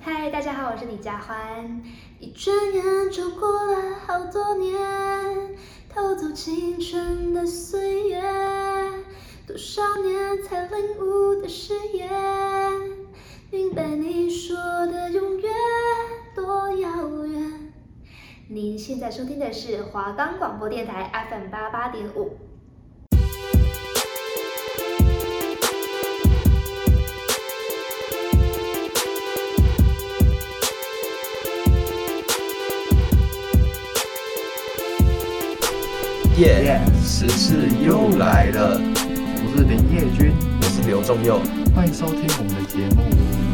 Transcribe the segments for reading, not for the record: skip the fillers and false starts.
嗨，大家好，我是李佳欢。一转眼就过了好多年，偷走青春的岁月，多少年才领悟的誓言，明白你说的永远多遥远。您现在收听的是华冈广播电台 FM88.5。 时事又来了， 我是林业君， 我是刘仲佑， 欢迎收听我们的节目。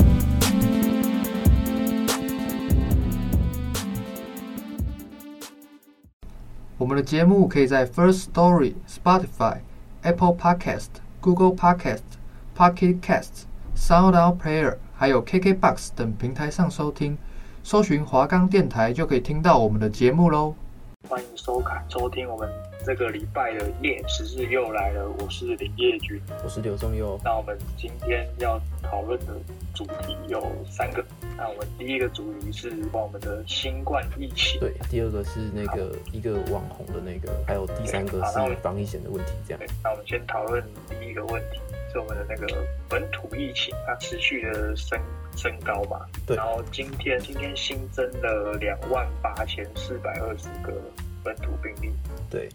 我们的节目可以在 First Story、Spotify、Apple Podcast、Google Podcast、Pocket Casts、SoundOut Player 还有 KKBox 等平台上收听，搜寻华冈电台就可以听到我们的节目咯。 欢迎收听我们这个礼拜的时事又来了，我是林业君， 我是刘仲佑。 那我们今天要讨论的主题有3个。那我们第一个主题是我们的新冠疫情， 对，第二个是那个一个网红的那个，还有第3个是防疫险的问题。这样， 那我们先讨论第一个问题，是我们的那个本土疫情，它持续的升高嘛。 对。 然后今天新增了28,420个本土病例。 对。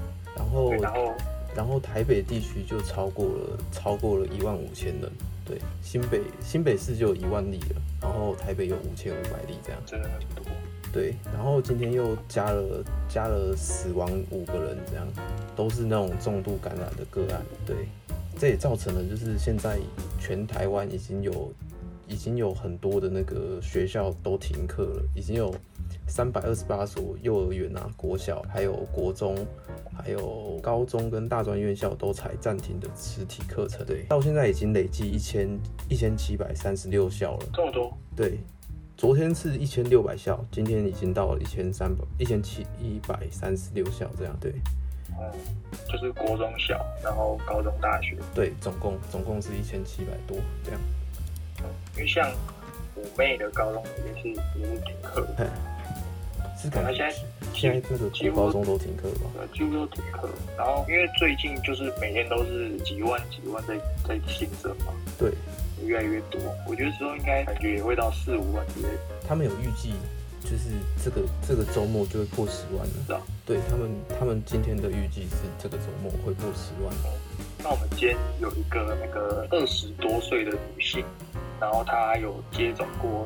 然后台北地区就超过了15000人。对，新北市就有1万例了，然后台北有5500例，这样真的很多。 对，然后今天又加了死亡5个人，这样都是那种重度感染的个案。对，这也造成了就是现在全台湾已经有很多的那个学校都停课了，已经有328所幼儿园啊、国小，还有国中，还有高中跟大专院校都采暂停的实体课程。对，到现在已经累计1736校了。 这么多？ 对，昨天是1600校，今天已经到了1736校，这样。对。 就是国中小，然后高中大学。对， 总共是1700多这样。 因为像我妹的高中也是停课。 是感觉现在那个国高中都停课吧？ 对，几乎都停课。然后因为最近就是每天都是几万在新增嘛， 对， 越来越多。我觉得之后应该感觉也会到4、5万之类的。 他们有预计，就是这个周末就会破10万了。 是啊， 对他们今天的预计是这个周末会破10万。 那我们今天有一个那个20多岁的女性，然后她有接种过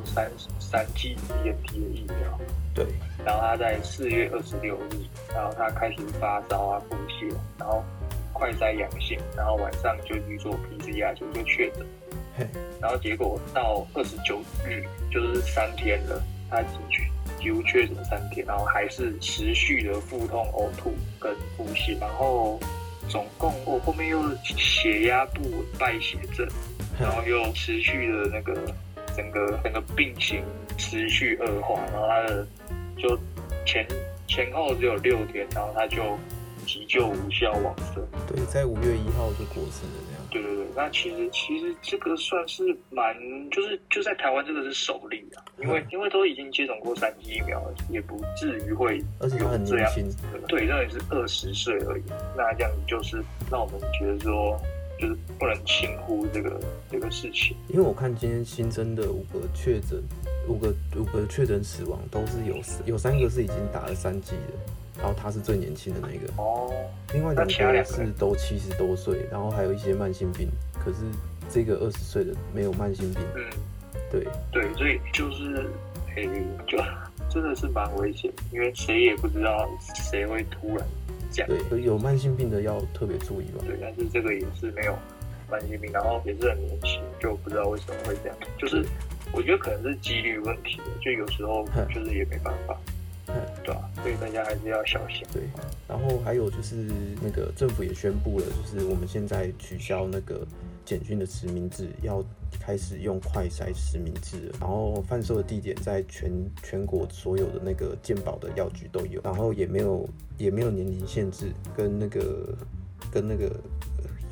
3剂 BNT 的疫苗。 对， 然后他在4月26日，然后他开始发烧啊、腹泻，然后快筛阳性，然后晚上就去做 PCR 就确诊，然后结果到29日就是3天了，他几乎确诊3天，然后还是持续的腹痛、呕吐跟腹泻，然后总共我后面又血压不稳、败血症，然后又持续的那个整个病情持续恶化，然后他的就前后只有6天，然后他就急救无效往生。 对，在5月1号就过世了这样。 对，那其实这个算是蛮就在台湾这个是首例啊，因为都已经接种过3剂疫苗了，也不至于会有这样子的。对，那也是20岁而已，那这样子就是让我们觉得说，就是不能轻忽这个事情。 因为我看今天新增的5个确诊死亡，都是有3个是已经打了3剂的，然后他是最年轻的那个。另外2个是都70多岁，然后还有一些慢性病，可是这个20岁的没有慢性病。对， 所以就是就真的是蛮危险，因为谁也不知道谁会突然这样。 对，有慢性病的要特别注意吧。 对，但是这个也是没有慢性病，然后也是很年轻，就不知道为什么会这样。就是我觉得可能是几率问题，就有时候就是也没办法。对啊，所以大家还是要小心。 对，然后还有就是那个政府也宣布了，就是我们现在取消那个简讯的实名制，要开始用快筛实名制了。然后贩售的地点在全国所有的那个健保的药局都有，然后也没有年龄限制，跟那个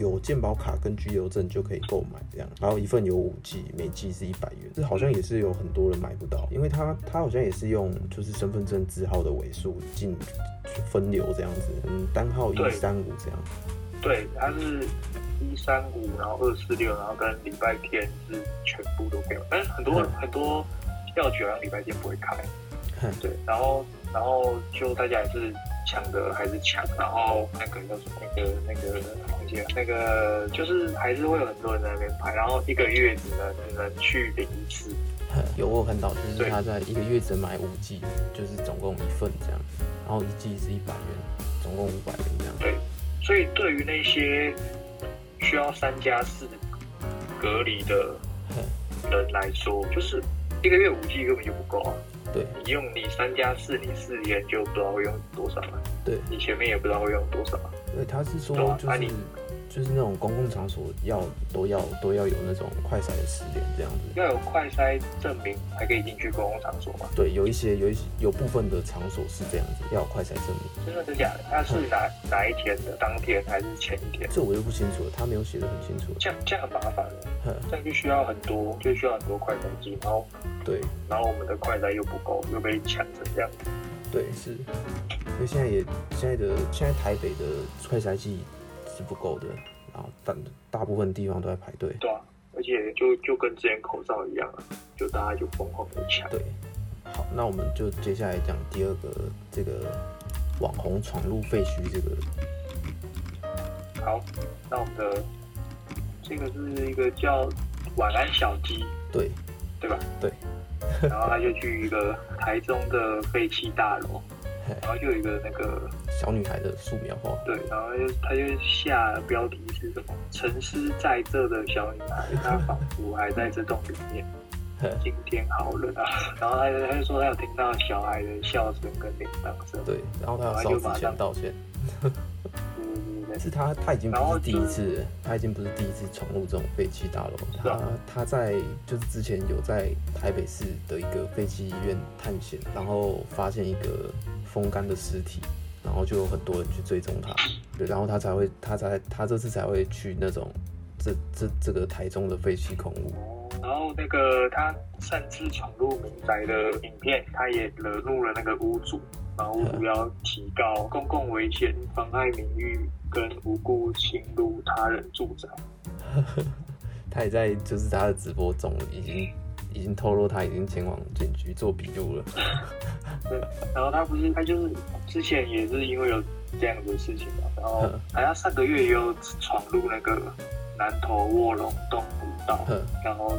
有健保卡跟居留证就可以购买这样，然后一份有5G，每 G 是100元，这好像也是有很多人买不到，因为他好像也是用就是身份证字号的尾数进分流这样子，单号135这样。 对，它是135，然后246，然后跟礼拜天是全部都没有，但是很多药局好像礼拜天不会开。对，然后就大家还是抢的还是抢，然后那个叫什么忘记了，那个就是还是会有很多人在那边排，然后一个月只能去领一次。 有我有看到，就是他在一个月只买5G，就是总共1份这样，然后1G是100元，总共500元这样。 对，所以对于那些需要3+4隔离的人来说，就是一个月5G根本就不够啊。 对， 你3+4，你4天就不知道会用多少了。对，你前面也不知道会用多少。 对，他是说就是那种公共场所都要有那种快筛的实验这样子， 要有快筛证明才可以进去公共场所嘛？ 对，有部分的场所是这样子，要有快筛证明。 真的是假的？他是哪一天的？当天还是前一天？ 这我就不清楚了，他没有写得很清楚。 这样很麻烦了，这样就需要很多快筛机，然后我们的快筛又不够，又被抢成这样子。 对，是，因为现在台北的快筛剂是不够的，然后大部分地方都在排队。 对啊，而且就跟之前口罩一样啊，就大家就疯狂的抢。 对，好，那我们就接下来讲第二个这个网红闯入废墟这个。 好，那我们的这个是一个叫晚安小鸡，对吧？对。然后他就去一个台中的废弃大楼，然后就有一个那个小女孩的素描画。 对，然后他就下了标题是什么？沉思在这的小女孩，她仿佛还在这栋里面。今天好冷啊！然后他就说他有听到小孩的笑声跟铃铛声。对， 然后他要烧之前道歉。是他已经不是第一次了，他已经不是第一次闯入这种废弃大楼。他在就是之前有在台北市的一个废弃医院探险，然后发现一个风干的尸体，然后就有很多人去追踪他。对，然后他这次才会去那种这个台中的废弃空屋。 然后那个他擅自闯入民宅的影片，他也惹怒了那个屋主。然后屋主要提告公共危险、妨害名誉跟无故侵入他人住宅。 他也在就是他的直播中已经透露他已经前往警局做笔录了。 对，然后他就是之前也是因为有这样的事情嘛，然后好像上个月也有闯入那个南投卧龙洞古道，然后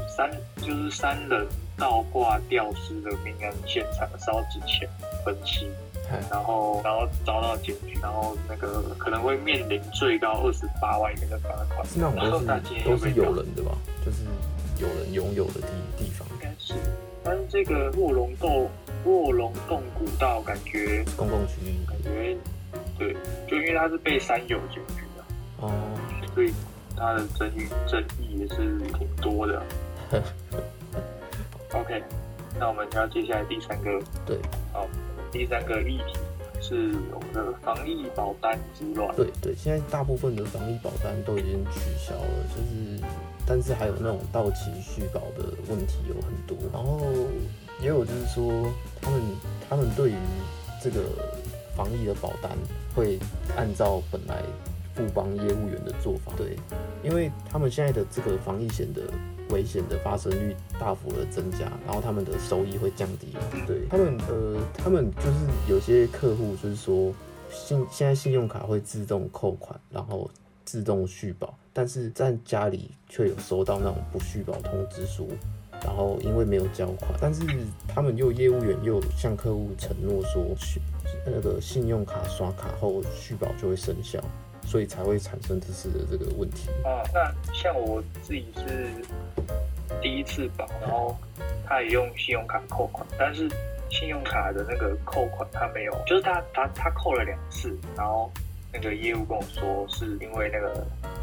3人倒挂吊尸的命案现场烧纸钱分析，然后遭到检举，然后那个可能会面临最高28万元的罚款。 那种都是有人的吧？就是有人拥有的地方。 应该是，但是这个卧龙洞古道感觉公共区域， 感觉对，就因为它是被山友检举的所以它的争议也是挺多的。OK， 那我们要接下来第三个， 对， 好，第三个议题是我们的防疫保单之乱。 对，现在大部分的防疫保单都已经取消了，但是还有那种到期续保的问题有很多，然后也有就是说他们对于这个防疫的保单会按照本来富邦业务员的做法，对，因为他们现在的这个防疫险的危险的发生率大幅的增加，然后他们的收益会降低。对，他们就是有些客户就是说，现在信用卡会自动扣款，然后自动续保，但是在家里却有收到那种不续保通知书，然后因为没有交款，但是他们业务员又向客户承诺说，那个信用卡刷卡后续保就会生效。所以才会产生这次的这个问题。 那像我自己是第一次保，然后他也用信用卡扣款，但是信用卡的那个扣款他没有，就是他扣了2次，然后那个业务跟我说是因为那个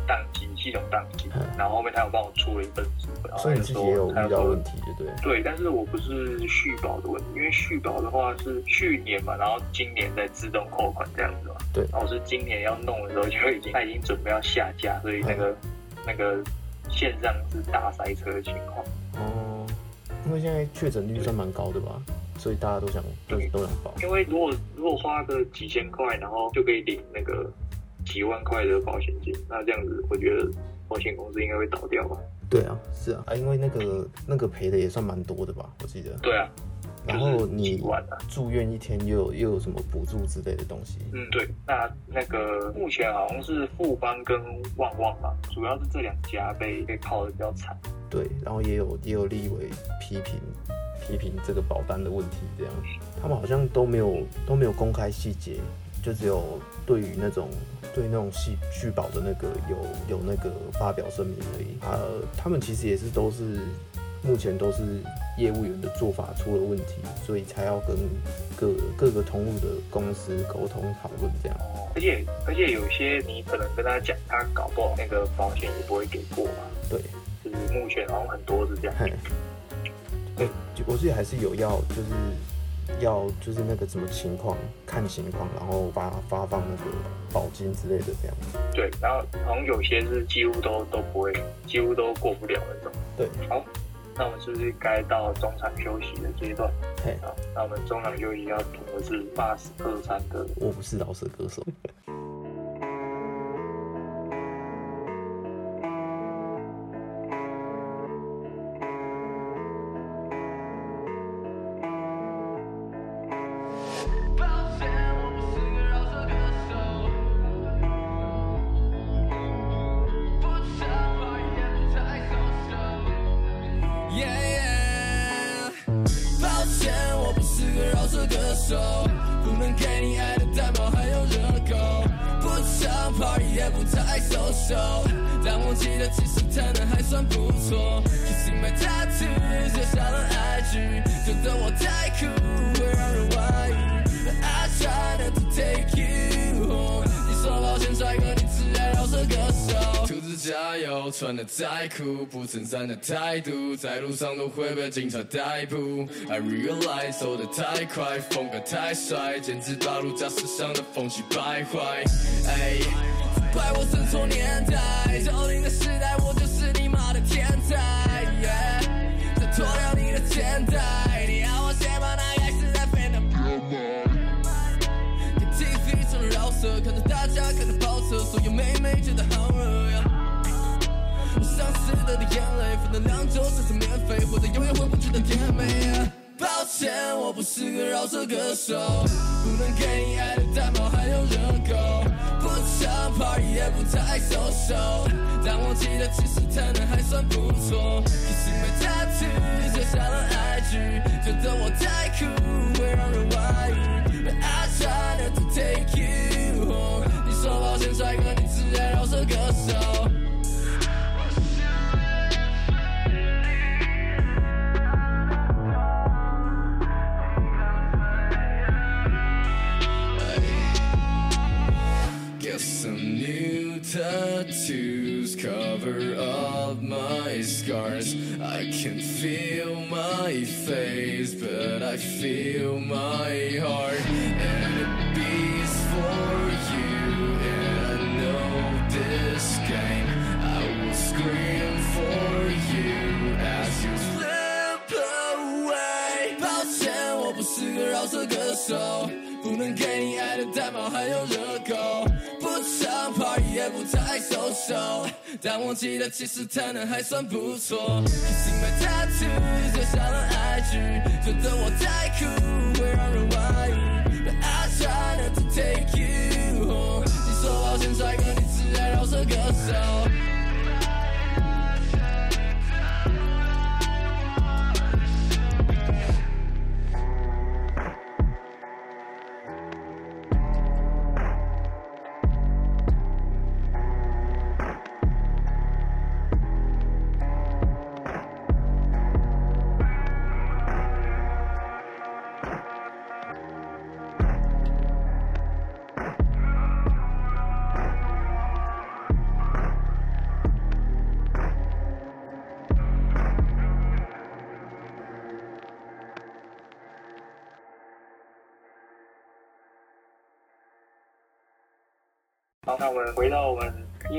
宕机，系统宕机，然后后面他有帮我出了一份纸本， 所以你自己也有遇到问题，对不对？ 对，但是我不是续保的问题，因为续保的话是去年嘛，然后今年再自动扣款这样子嘛。 对， 然后我是今年要弄的时候他已经准备要下架，所以那个线上是大塞车的情况。 哦，因为现在确诊率算蛮高的吧，所以大家都想保。 因为如果花个几千块，然后就可以领那个几万块的保险金，那这样子我觉得保险公司应该会倒掉吧？ 对啊，是啊，因为那个赔的也算蛮多的吧，我记得。 对啊。 然后你住院1天又有什么补助之类的东西？ 对，那个目前好像是富邦跟旺旺吧，主要是这2家被泡的比较惨。 对，然后也有立委批评这个保单的问题，这样他们好像都没有公开细节，就只有对那种续保的那个有那个发表声明而已。他们其实也是目前都是业务员的做法出了问题，所以才要跟各个通路的公司沟通讨论这样。 而且有些你可能跟他讲，他搞不好那个保险也不会给过嘛。 对， 就是目前好像很多是这样。 对，我记得还是有要就是那个什么情况看情况，然后发放那个保金之类的这样。对， 然后好像有些是几乎都不会，几乎都过不了那种。 对， 好。那我们是不是该到中场休息的阶段？好，那我们中场休息要听的是823的《 我不是饶舌歌手》。 不能给你爱的蛋堡还有热狗，不常 party 也不太 social， 但我记得其实谈的还算不错。Kissing my tattoos 就下了 IG， 觉得我太酷会让人怀疑。I try not to take you home， 你说抱歉帅哥，你只爱饶舌歌手。兔子加油，穿得再酷，不衬衫的态度，在路上都会被警察逮捕。I realize 走得太快，风格太帅，简直把路驾驶上的风气败坏。怪我生错年代，90的时代我就是你妈的天才。再脱掉你的肩带，你要我先把那盖死在飞的标码。给 TV 上的饶舌，看着大家开着跑车，所有妹妹觉得好热呀。我丧失了的眼泪，分了2周才是免费，或者永远回不去的甜美啊。抱歉，我不是个饶舌歌手，不能给你爱的蛋堡还有热狗，不常 party 也不太 social， 但我记得其实谈的还算不错。Kissing my tattoos 就下了 IG， 觉得我太酷会让人怀疑。But I try not to take you home， 你说抱歉帅哥，你只爱饶舌歌手。Some new tattoos cover up my scars. I can feel my face, but I feel my heart, and it beats for you. And I know this game, I will scream for you as you slip away. 抱歉，我不是个饶舌歌手，不能给你爱的蛋堡还有热狗，不常 party 也不太 social， 但我记得其实谈的还算不错。Kissing my tattoos 就下了 IG， 觉得我太酷会让人怀疑。But I try not to take you home， 你说抱歉帅哥，你只爱饶舌歌手。 好，那我们回到我们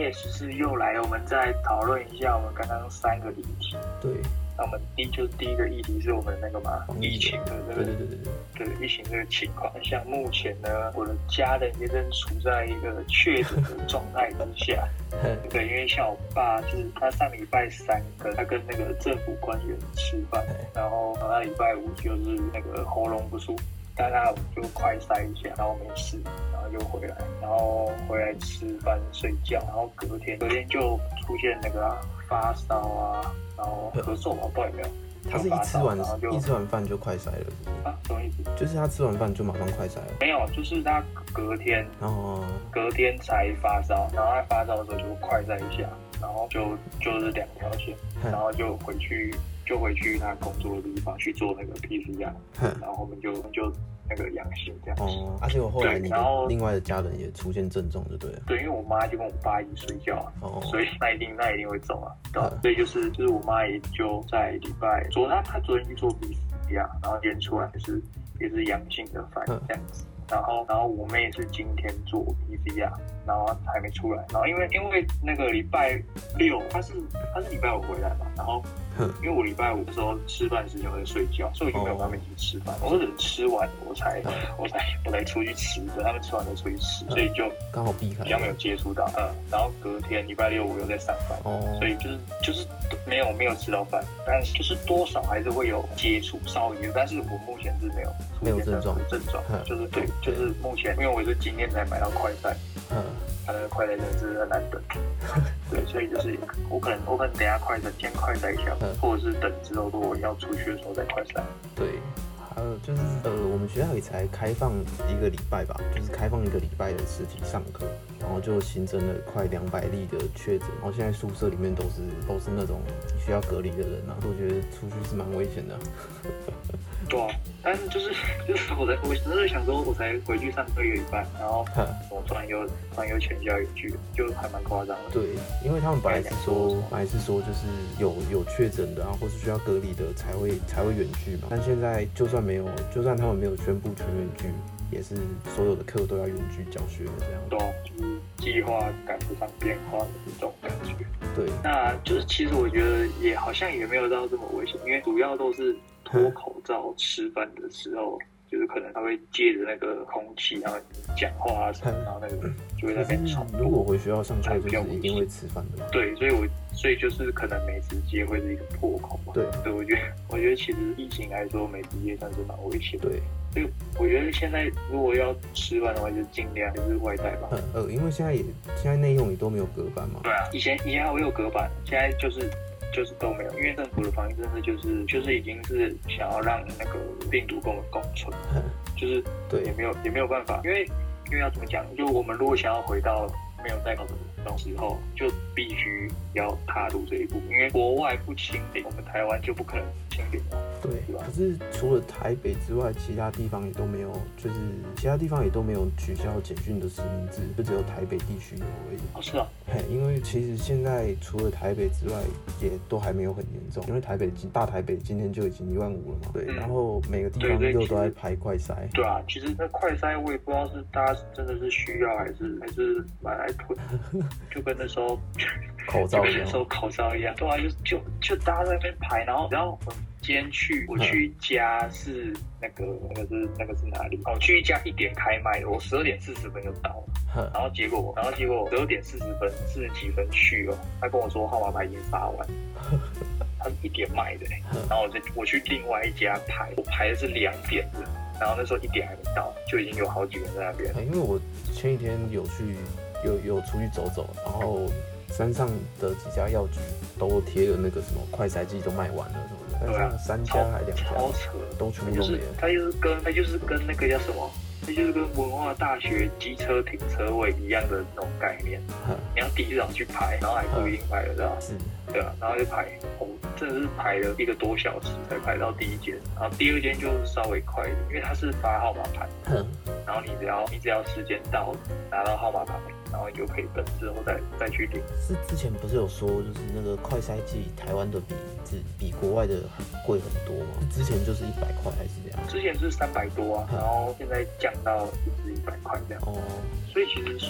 14又来了，我们再讨论一下我们刚刚3个议题。 对。 那我们第一个议题是我们那个嘛疫情的这个对疫情这个情况。像目前呢，我的家人也正处在一个确诊的状态之下。对，因为像我爸是他上礼拜3他跟那个政府官员吃饭，然后他礼拜5就是那个喉咙不舒服。但他就快筛一下，然后没事，然后又回来，然后回来吃饭睡觉，然后隔天就出现那个发烧啊，然后咳嗽嘛，不知道有没有？ 他是一吃完饭就快筛了啊？什么意思？ 就是他吃完饭就马上快筛了？ 没有，就是他隔天才发烧，然后他发烧的时候就快筛一下，然后就是2条线，然后就回去他工作的地方去做那个 PCR， 然后我们就那个阳性这样子。 哦，而且我后来你另外的家人也出现症状就对了。 对，因为我妈就跟我爸一起睡觉所以那一定会中啊。对，所以就是我妈也就在礼拜她昨天去做 PCR， 然后验出来也是阳性的反应这样子。然后我妹是今天做 PCR， 然后还没出来。然后因为那个礼拜6，她是礼拜5回来嘛，然后因为我礼拜5的时候吃饭时间我在睡觉，所以我就没有跟他们一起吃饭。我是等吃完我才出去吃，等他们吃完再出去吃，所以就刚好避开， 比较没有接触到。然后隔天礼拜6我又在上班，所以就是没有吃到饭，但是就是多少还是会有接触稍微，但是我目前是没有症状，就是对。就是目前，因为我是今天才买到快筛，它那个快筛真的是很难等，对，所以就是我可能等一下先快筛一下，或者是等之后如果要出去的时候再快筛。 对，还有就是我们学校也才开放1个礼拜吧，就是开放1个礼拜的实体上课，然后就新增了快200例的确诊，然后现在宿舍里面都是那种需要隔离的人啊，我觉得出去是蛮危险的。 对啊，但是就是我真的想说，我才回去上课1个礼拜，然后我突然又全校远距，就还蛮夸张的。 对，因为他们本来是说就是有确诊的啊，或是需要隔离的才会远距嘛。但现在就算他们没有宣布全远距，也是所有的课都要远距教学这样。 对啊，就是计划赶不上变化的这种感觉。 对， 那就是其实我觉得好像也没有到这么危险，因为主要都是脱口罩吃饭的时候，就是可能他会借着那个空气，然后讲话啊什么，然后那个就会在那边传播。 如果回学校上课，就是一定会吃饭的。 对，所以就是可能美食街会是一个破口吧。对，我觉得其实疫情来说，美食街算是蛮危险的。对。所以我觉得现在如果要吃饭的话，就尽量就是外带吧。 因为现在内用也都没有隔板嘛。 对啊，以前还会有隔板，现在就是都没有，因为政府的防疫政策就是已经是想要让那个病毒跟我们共存，就是对也没有办法，因为要怎么讲，就我们如果想要回到没有戴口罩的时候，就必须要踏入这一步，因为国外不清零，我们台湾就不可能清零了。对， 可是除了台北之外，其他地方也都没有，取消简讯的实名制，就只有台北地区有而已。 是啊。 因为其实现在除了台北之外，也都还没有很严重，因为大台北今天就已经15000了嘛。对，然后每个地方又都在排快筛。 对啊，其实那快筛我也不知道是大家真的是需要还是买来囤，就跟那时候口罩一样。对啊，就大家在那边排，然后今天我去一家是那个是哪里？我去一家1点开卖的，我12点40分就到了，然后结果12点40几分去了，他跟我说号码牌已经发完，他是1点卖的，然后我去另外一家排，我排的是2点的，然后那时候1点还没到，就已经有好几个人在那边。 因为我前几天有出去走走，然后山上的几家药局都贴了那个什么快筛剂都卖完了什么的， 对啊 ，3家还2家， 超扯， 都全部都没了。 他就是跟那个叫什么？这就是跟文化大学机车停车位一样的那种概念，你要第一早去排，然后还不一定排得到，对啊，然后就排，真的是排了1个多小时才排到第一间，然后第2间就稍微快一点，因为它是发号码牌，然后你只要时间到拿到号码牌，然后你就可以等之后再去领。 是之前不是有说就是那个快筛剂台湾的比国外的贵很多吗？之前就是100块还是这样？ 之前是300多啊，然后现在降到就是100块这样。所以其实算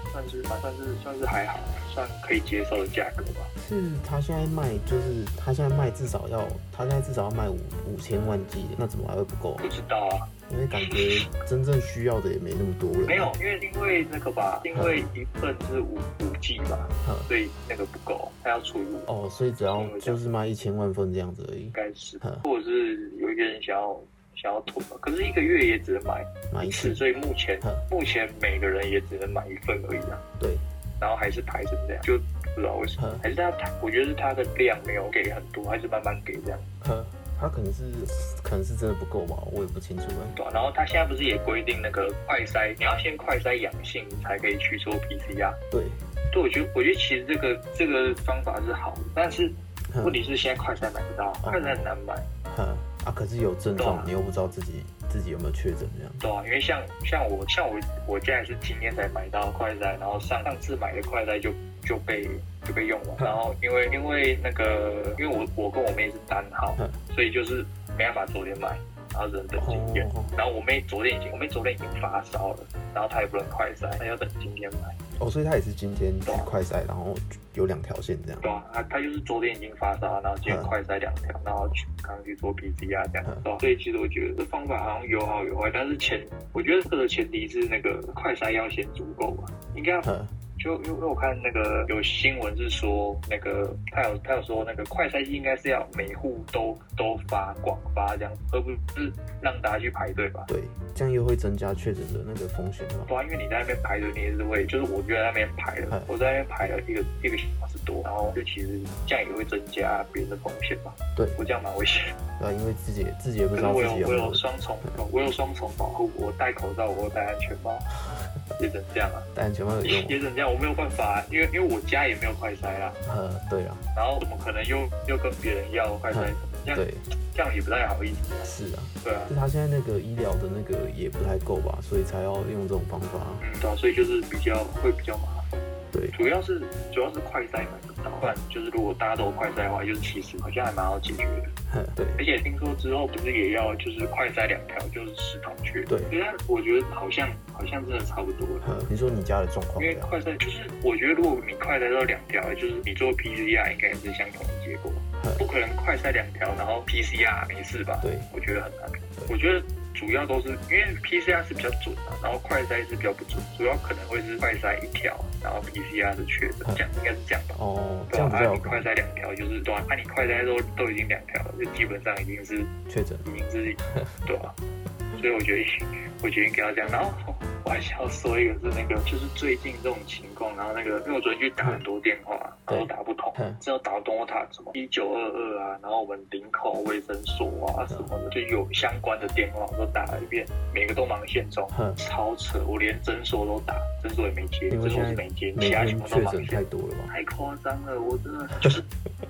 算是还好，算可以接受的价格吧。 是他现在卖，就是他现在至少要卖5000万剂，那怎么还会不够啊？ 不知道啊， 因为感觉真正需要的也没那么多人。 没有，因为那个吧，因为一份是5剂吧，所以那个不够，他要除以5。 哦，所以只要就是卖1000万份这样子而已。 应该是，或者是有一个人想要囤吧，可是1个月也只能买一次，所以目前每个人也只能买1份而已啊。 对， 然后还是排成这样，就不知道为什么，还是我觉得是他的量没有给很多，还是慢慢给这样。 他可能是真的不够吧，我也不清楚。 对啊，然后他现在不是也规定那个快筛，你要先快筛阳性才可以去做 PCR。 对， 我觉得其实这个方法是好的，但是问题是现在快筛买不到，快筛很难买。 可是有症状，你又不知道自己有没有确诊这样。 对啊，因为像我家也是今天才买到快筛，然后上次买的快筛就被用完，然后因为那个因为我跟我妹是单号，所以就是没办法昨天买，然后只能等今天。然后我妹昨天已经发烧了，然后她也不能快筛，她要等今天买。 所以她也是今天去快筛，然后有2条线这样。 对啊，她就是昨天已经发烧，然后今天快筛2条，然后刚去做 PCR 这样。对啊，所以其实我觉得这方法好像有好有坏，但是我觉得这个前提是那个快筛要先足够吧，应该要。就因为我看那个有新闻是说，那个他有说那个快筛剂应该是要每户都广发这样，而不是让大家去排队吧？ 对，这样又会增加确诊的那个风险吧？ 对啊，因为你在那边排队，你也是会，就是我觉得在那边排了，我在那边排了一个小时多，然后就其实这样也会增加别人的风险吧？对，我这样蛮危险。 对，因为自己也不知道自己有没有。 我有双重保护，我戴口罩，我戴安全帽。也只能这样啊， 戴安全帽有用， 也只能这样，我没有办法，因为我家也没有快筛啦。 对啊。 然后怎么可能又跟别人要快筛？这样也不太好意思。 是啊。 对啊。 是他现在那个医疗的那个也不太够吧，所以才要用这种方法。 对啊，所以就是会比较麻烦。 对， 主要是快筛买不到，不然就是如果大家都有快筛的话，就是其实好像还蛮好解决的。 对， 而且听说之后不是也要就是快筛2条就是10堂确诊。对，我觉得好像真的差不多了。 你说你家的状况？ 因为快筛就是我觉得如果你快筛到2条，就是你做 PCR 应该也是相同的结果。不可能快筛2条，然后 PCR 没事吧？对，我觉得很难。我觉得主要都是因为 PCR 是比较准的，然后快筛是比较不准，主要可能会是快筛1条，然后 PCR 是确诊，这样应该是这样吧？ 这样比较你快筛2条就是对啊，你快筛都已经2条了，就基本上已经是确诊， 已经是对啊，所以我觉得应该要这样。然后我还想要说一个是那个，就是最近这种情况，然后那个因为我昨天去打很多电话，都打不通，只有打东塔什么1922啊，然后我们林口卫生所啊什么的，就有相关的电话我都打了一遍，每个都忙线中，超扯，我连诊所都打，诊所也没接，诊所是没接，其他全部都忙线， 太多了吧？ 太夸张了，我真的就是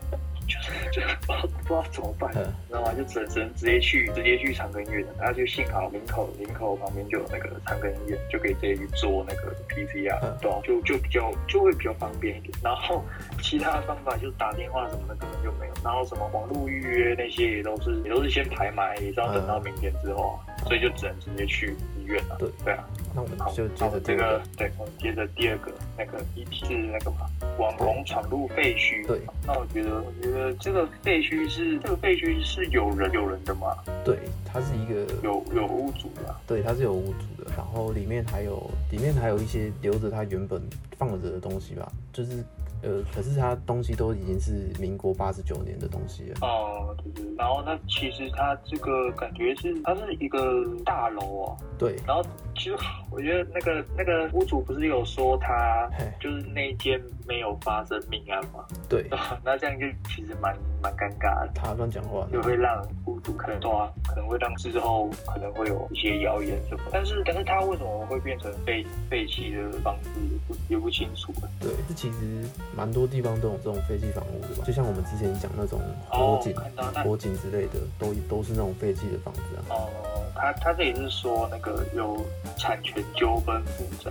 不知道怎么办，你知道吗？就只能直接去长庚医院，然后就幸好林口旁边就有那个长庚医院，就可以直接去做那个 PCR，对啊，就会比较方便一点。然后其他的方法就是打电话什么的根本就没有，然后什么网络预约那些也都是先排满，也是要等到明天之后啊，所以就只能直接去医院了。对啊， 那我们就接着这个，对，我们接着第2个那个议题是那个嘛，网红闯入废墟。对，那我觉得这个废墟是有人的吗？ 对，它是一个有屋主的。 对，它是有屋主的，然后里面还有一些留着它原本放着的东西吧，就是可是它东西都已经是民国89年的东西了。 对。然后那其实它这个感觉它是一个大楼哦。对。然后其实我觉得那个屋主不是有说他就是那一间没有发生命案吗？对。那这样就其实蛮尴尬的。 他乱讲话， 就会让屋主可能会让之后可能会有一些谣言什么。但是他为什么会变成废弃的房子也不清楚。 对，这其实蛮多地方都有这种废弃房屋的吧，就像我们之前讲那种火警之类的，都是那种废弃的房子啊。 他这里是说那个有产权纠纷复杂，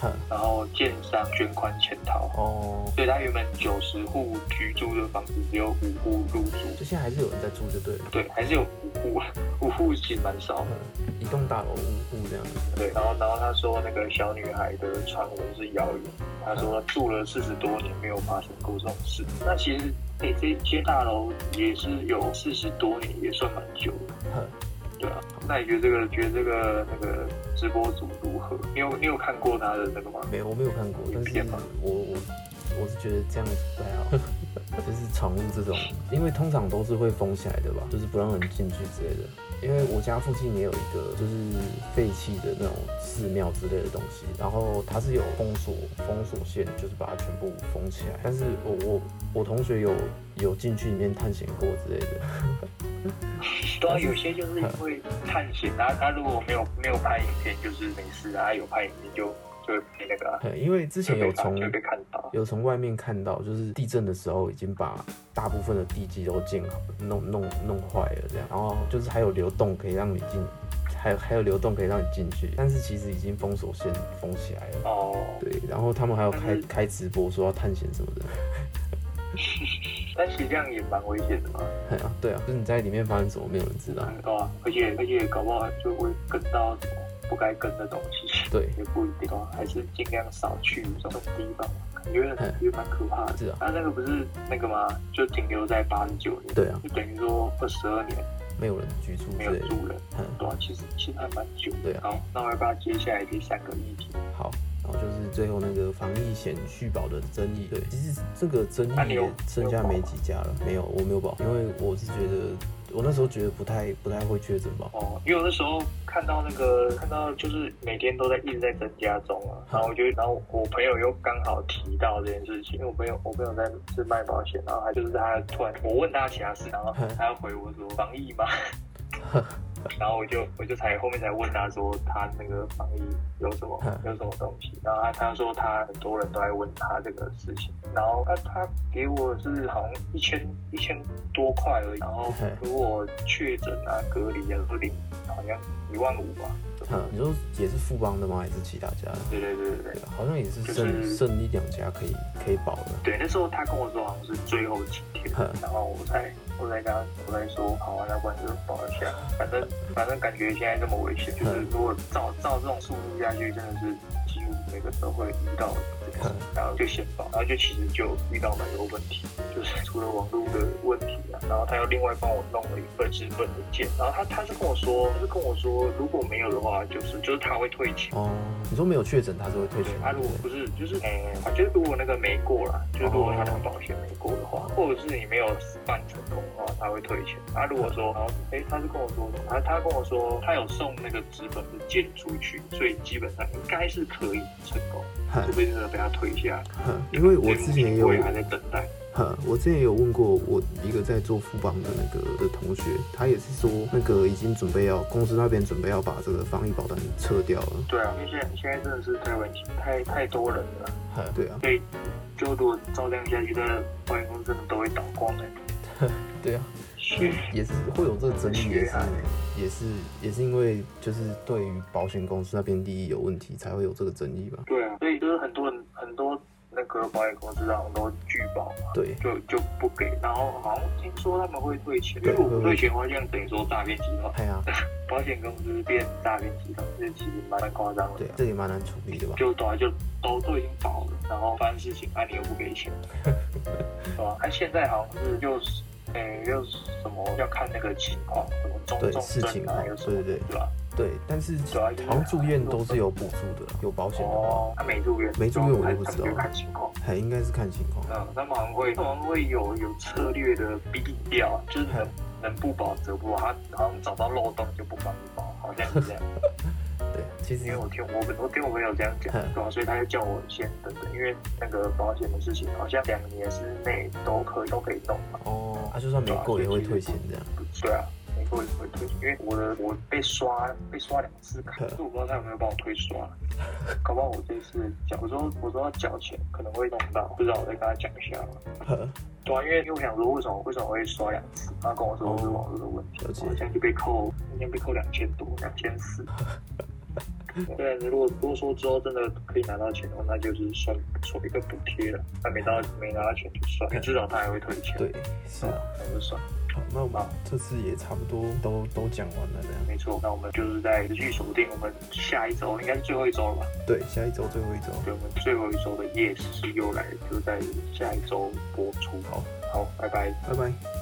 然后建商捐款潜逃。所以他原本90户居住的房子只有5户入住， 就现在还是有人在住就对了。 对，还是有5户其实蛮少的。 一栋大楼5户这样子。 对，然后他说那个小女孩的传闻是谣言，他说住了40多年没有发生过这种事。那其实这些大楼也是有40多年，也算蛮久的。对啊，那你觉得这个那个直播主如何？你有看过他的那个吗？ 没有，我没有看过。但是我是觉得这样子不太好，就是闯入这种，因为通常都是会封起来的吧，就是不让人进去之类的。因为我家附近也有一个就是废弃的那种寺庙之类的东西，然后它是有封锁线，就是把它全部封起来。但是我同学有进去里面探险过之类的。 对啊，有些就是因为探险，他如果没有拍影片就是没事啊，有拍影片就会被那个。 对，因为之前有从外面看到，就是地震的时候已经把大部分的地基都建好，弄坏了这样，然后就是还有流动可以让你进，还有流动可以让你进去，但是其实已经封锁线封起来了。对，然后他们还有开直播说要探险什么的。 但其实这样也蛮危险的嘛。 对啊，就是你在里面发生什么，没有人知道。 啊，而且搞不好就会跟到什么不该跟的东西。 对， 也不一定啊，还是尽量少去这种地方，感觉蛮可怕的。 是啊， 那个不是那个吗？就停留在89年。 对啊， 就等于说22年没有人居住， 没有住人。对啊，其实还蛮久的。 对啊。 好，那我要不要接下来第3个议题？ 好。然后就是最后那个防疫险续保的争议，对，其实这个争议也剩下没几家了。没有，我没有保，因为我是觉得，我那时候觉得不太会确诊吧。 因为我那时候看到就是每天都一直在增加中啊，然后我朋友又刚好提到这件事情，因为我朋友是卖保险，然后他突然我问他其他事，然后他要回我说防疫吗？然后我就后面才问他说他那个防疫有什么东西，然后他说他很多人都在问他这个事情，然后他给我是好像1000多块而已，然后如果确诊啊隔离啊都好像15000吧。 你说也是富邦的吗？还是其他家？ 对， 好像也是剩1-2家可以保的。 对，那时候他跟我说好像是最后几天，然后我在说好啊，要不然就保一下，反正感觉现在这么危险，就是如果照这种速度下去，真的是几乎每个都会遇到这个，然后就先保，然后就其实就遇到蛮多问题，就是除了网络的问题啊，然后他又另外帮我弄了一份纸本的件，然后他是跟我说如果没有的话，就是他会退钱。 你说没有确诊他是会退钱？ 他如果不是就是就是如果那个没过啦，就是如果他那个保险没过的话，或者是你没有办成功的话，他会退钱。他如果说他是跟我说他跟我说他有送那个纸本的件出去，所以基本上应该是可以成功，除非真的被他退下。 因为我之前也有还在等待。 我之前有问过我一个在做富邦的那个的同学，他也是说那个已经公司那边准备要把这个防疫保单撤掉了。 对啊，因为现在真的是太多人了。 对啊。 所以就如果照这样下去，那保险公司真的都会倒光的。 对啊。也是会有这个争议，也是因为就是对于保险公司那边利益有问题，才会有这个争议吧。 对啊，所以就是很多那个保险公司好像都拒保嘛， 对， 就不给，然后好像听说他们会退钱，如果不退钱的话，这样等于说诈骗集团。保险公司变诈骗集团，这其实蛮夸张的。 对，这也蛮难处理的吧？ 就都已经保了，然后发生事情，你又不给钱，对吧？现在好像是又什么要看那个情况，什么重症啊，有什么对吧？ 对，但是好像住院都是有补助的，有保险的话。 他没住院我就不知道。 看情况， 应该是看情况。 他们好像会有策略的避掉，就是能不保则不保，他好像找到漏洞就不帮你保，好像是这样。 对，其实因为我听我朋友这样讲，对吧？所以他就叫我先等等，因为那个保险的事情好像2年之内都可以弄嘛。 就算没过也会退钱这样。 对啊。没过也会退，因为我被刷2次卡，可是我不知道他有没有帮我退刷，搞不好我这次缴，我说要缴钱可能会弄到，不知道我再跟他讲一下嘛。对啊，因为我想说为什么会刷2次，他跟我说是网络的问题，我现在就被扣，今天被扣2000多，2400。 对，如果说之后真的可以拿到钱的话，那就是算一个补贴了。他没拿到钱就算，至少他还会退钱。 对，是啊， 那就算。 好，那我们这次也差不多都讲完了，这样。 没错，那我们就是在持续锁定我们下一周，应该是最后一周了吧？ 对，下一周最后一周。 对，我们最后一周的夜市又来，就在下一周播出。 好， 拜拜， 拜拜。